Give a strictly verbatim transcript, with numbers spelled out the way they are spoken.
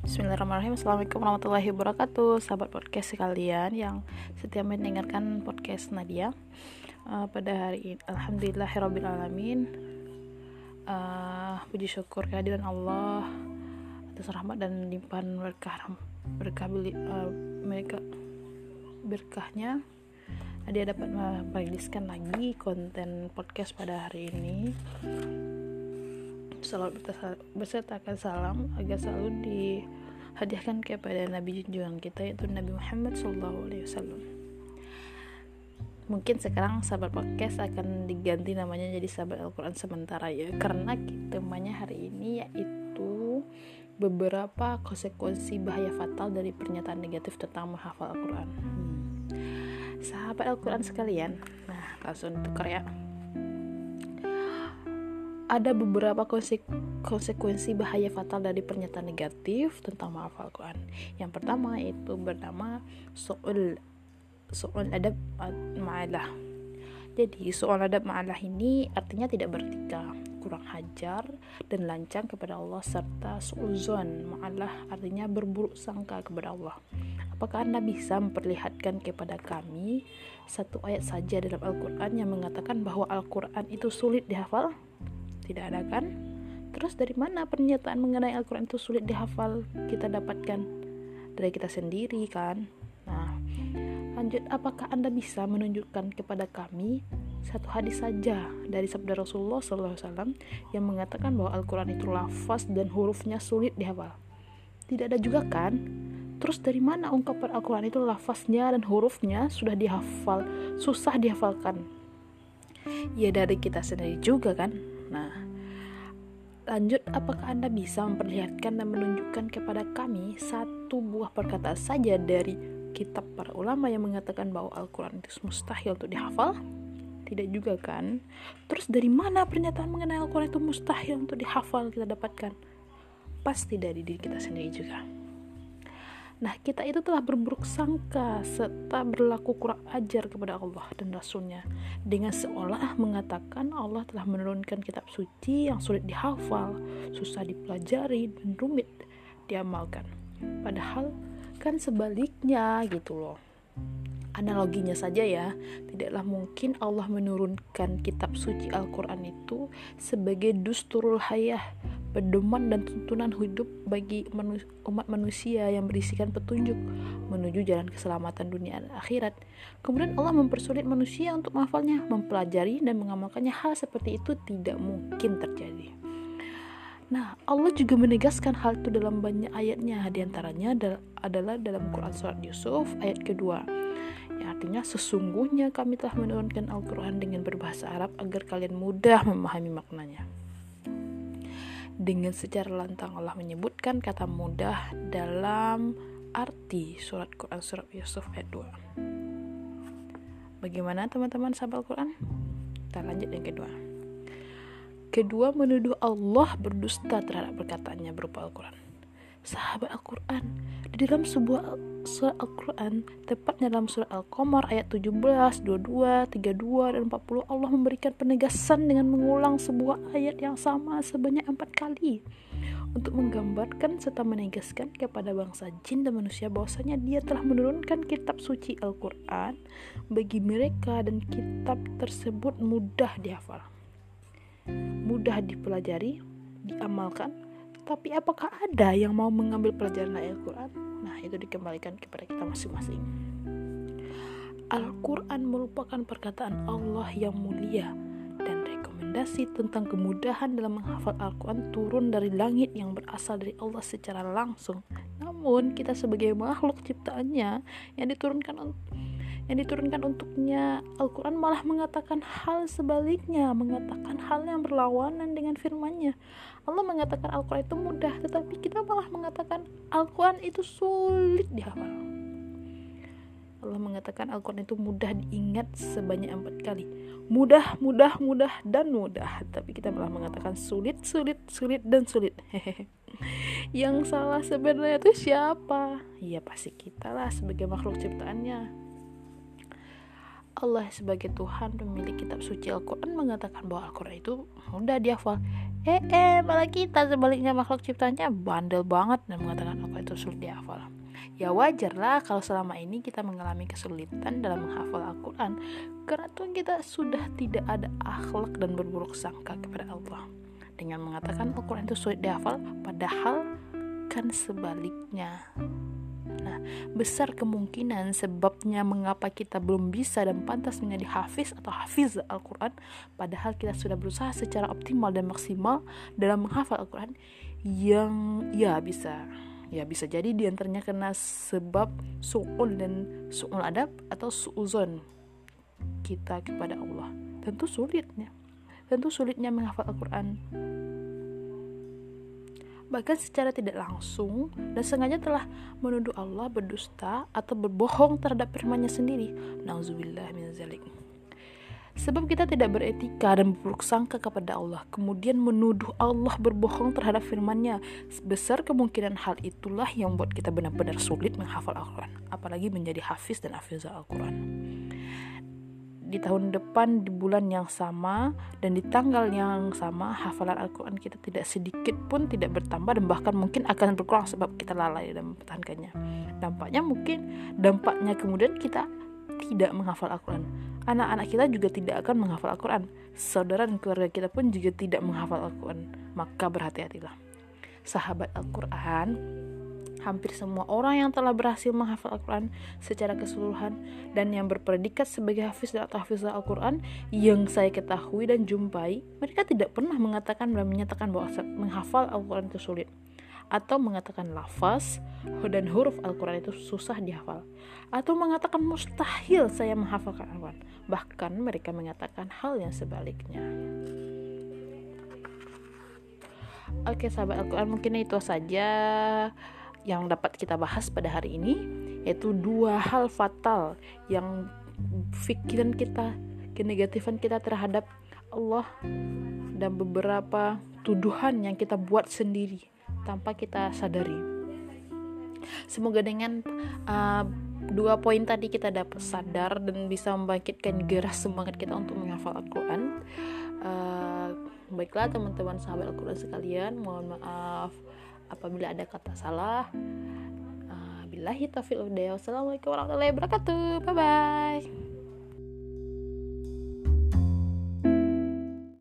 Bismillahirrahmanirrahim. Assalamualaikum warahmatullahi wabarakatuh. Sahabat podcast sekalian yang setia mendengarkan podcast Nadia. uh, Pada hari ini Alhamdulillahirrabbilalamin. uh, Puji syukur kehadiran Allah atas rahmat dan limpahan berkah berkah uh, mereka berkahnya Nadia dapat membagikan lagi konten podcast pada hari ini. Salawat bersertakan salam agar selalu dihadiahkan kepada Nabi junjungan kita, yaitu Nabi Muhammad shallallahu alaihi wasallam. Mungkin sekarang sahabat podcast akan diganti namanya jadi sahabat Al-Quran sementara ya, karena temanya hari ini yaitu beberapa konsekuensi bahaya fatal dari pernyataan negatif tentang menghafal Al-Quran. hmm. Sahabat Al-Quran sekalian, nah langsung tukar ya. Ada beberapa konsekuensi bahaya fatal dari pernyataan negatif tentang menghafal Al-Quran. Yang pertama itu bernama soal soal adab ma'alah. Jadi soal adab ma'alah ini artinya tidak beretika, kurang hajar dan lancang kepada Allah, serta su'uzon ma'alah artinya berburuk sangka kepada Allah. Apakah Anda bisa memperlihatkan kepada kami satu ayat saja dalam Al-Quran yang mengatakan bahwa Al-Quran itu sulit dihafal? Tidak ada kan? Terus dari mana pernyataan mengenai Al-Quran itu sulit dihafal kita dapatkan? Dari kita sendiri kan? Nah, lanjut, apakah Anda bisa menunjukkan kepada kami satu hadis saja dari sabda Rasulullah shallallahu alaihi wasallam yang mengatakan bahwa Al-Quran itu lafaz dan hurufnya sulit dihafal? Tidak ada juga kan? Terus dari mana ungkapan Al-Quran itu lafaznya dan hurufnya sudah dihafal, susah dihafalkan? Ya dari kita sendiri juga kan? Nah, lanjut, apakah Anda bisa memperlihatkan dan menunjukkan kepada kami satu buah perkataan saja dari kitab para ulama yang mengatakan bahwa Al-Quran itu mustahil untuk dihafal? Tidak juga kan? Terus dari mana pernyataan mengenai Al-Quran itu mustahil untuk dihafal kita dapatkan? Pasti dari diri kita sendiri juga. Nah, kita itu telah berburuk sangka serta berlaku kurang ajar kepada Allah dan Rasulnya dengan seolah mengatakan Allah telah menurunkan kitab suci yang sulit dihafal, susah dipelajari, dan rumit diamalkan. Padahal kan sebaliknya gitu loh. Analoginya saja ya, tidaklah mungkin Allah menurunkan kitab suci Al-Quran itu sebagai dusturul hayah, pedoman dan tuntunan hidup bagi manu- umat manusia yang berisikan petunjuk menuju jalan keselamatan dunia dan akhirat. Kemudian Allah mempersulit manusia untuk menghafalnya, mempelajari dan mengamalkannya. Hal seperti itu tidak mungkin terjadi. Nah, Allah juga menegaskan hal itu dalam banyak ayatnya. Di antaranya adalah dalam Quran surat Yusuf ayat kedua, yang artinya sesungguhnya kami telah menurunkan Al-Quran dengan berbahasa Arab agar kalian mudah memahami maknanya. Dengan secara lantang Allah menyebutkan kata mudah dalam arti surat Quran surat Yusuf ayat dua. Bagaimana teman-teman sahabat Al-Quran? Kita lanjut yang kedua. Kedua, menuduh Allah berdusta terhadap perkataannya berupa Al-Quran. Sahabat Al-Quran, di dalam sebuah surat Al-Quran, tepatnya dalam surat Al-Qamar ayat tujuh belas, dua puluh dua, tiga puluh dua, dan empat puluh, Allah memberikan penegasan dengan mengulang sebuah ayat yang sama sebanyak empat kali untuk menggambarkan serta menegaskan kepada bangsa jin dan manusia bahwasanya Dia telah menurunkan kitab suci Al-Quran bagi mereka dan kitab tersebut mudah dihafal, mudah dipelajari, diamalkan. Tapi apakah ada yang mau mengambil pelajaran dari Al-Quran? Nah, itu dikembalikan kepada kita masing-masing. Al-Quran merupakan perkataan Allah yang mulia, dan rekomendasi tentang kemudahan dalam menghafal Al-Quran turun dari langit yang berasal dari Allah secara langsung. Namun kita sebagai makhluk ciptaannya yang diturunkan untuk yang diturunkan untuknya, Al-Quran malah mengatakan hal sebaliknya, mengatakan hal yang berlawanan dengan firman-Nya. Allah mengatakan Al-Quran itu mudah, tetapi kita malah mengatakan Al-Quran itu sulit dihafal. Allah mengatakan Al-Quran itu mudah diingat sebanyak empat kali. Mudah, mudah, mudah, dan mudah. Tapi kita malah mengatakan sulit, sulit, sulit, dan sulit. Yang salah sebenarnya itu siapa? Ya pasti kita lah sebagai makhluk ciptaannya. Allah sebagai Tuhan pemilik kitab suci Al-Quran mengatakan bahwa Al-Quran itu mudah dihafal. Eh, eh malah kita sebaliknya makhluk ciptanya bandel banget dan mengatakan Al-Quran itu sulit dihafal. Ya wajar lah kalau selama ini kita mengalami kesulitan dalam menghafal Al-Quran, karena Tuhan kita sudah tidak ada akhlak dan berburuk sangka kepada Allah dengan mengatakan Al-Quran itu sulit dihafal, padahal kan sebaliknya. Nah, besar kemungkinan sebabnya mengapa kita belum bisa dan pantas menjadi hafiz atau hafiz Al-Quran, padahal kita sudah berusaha secara optimal dan maksimal dalam menghafal Al-Quran, yang ya bisa ya bisa jadi diantaranya karena sebab su'ul dan su'ul adab atau su'uzon kita kepada Allah. Tentu sulitnya tentu sulitnya menghafal Al-Quran, bahkan secara tidak langsung dan sengaja telah menuduh Allah berdusta atau berbohong terhadap firman-Nya sendiri. Nauzubillah min zalik. Sebab kita tidak beretika dan berburuk sangka kepada Allah, kemudian menuduh Allah berbohong terhadap firman-Nya. Besar kemungkinan hal itulah yang membuat kita benar-benar sulit menghafal Al-Quran, apalagi menjadi hafiz dan hafizah Al-Quran. Di tahun depan, di bulan yang sama dan di tanggal yang sama, hafalan Al-Quran kita tidak sedikit pun tidak bertambah dan bahkan mungkin akan berkurang sebab kita lalai dalam mempertahankannya. Dampaknya mungkin dampaknya kemudian kita tidak menghafal Al-Quran. Anak-anak kita juga tidak akan menghafal Al-Quran. Saudara dan keluarga kita pun juga tidak menghafal Al-Quran. Maka berhati-hatilah. Sahabat Al-Quran, hampir semua orang yang telah berhasil menghafal Al-Quran secara keseluruhan dan yang berpredikat sebagai hafiz atau hafizah Al-Quran yang saya ketahui dan jumpai, mereka tidak pernah mengatakan dan menyatakan bahwa menghafal Al-Quran itu sulit, atau mengatakan lafaz dan huruf Al-Quran itu susah dihafal, atau mengatakan mustahil saya menghafalkan Al-Quran. Bahkan mereka mengatakan hal yang sebaliknya. Oke sahabat Al-Quran, mungkin itu saja yang dapat kita bahas pada hari ini, yaitu dua hal fatal yang pikiran kita, kenegatifan kita terhadap Allah, dan beberapa tuduhan yang kita buat sendiri tanpa kita sadari. Semoga dengan uh, dua poin tadi kita dapat sadar dan bisa membangkitkan gairah semangat kita untuk menghafal Al-Quran. Uh, baiklah teman-teman sahabat Al-Quran sekalian, mohon maaf apabila ada kata salah. Uh, billahi taufiq wal hidayah. Wassalamualaikum warahmatullahi wabarakatuh. Bye bye.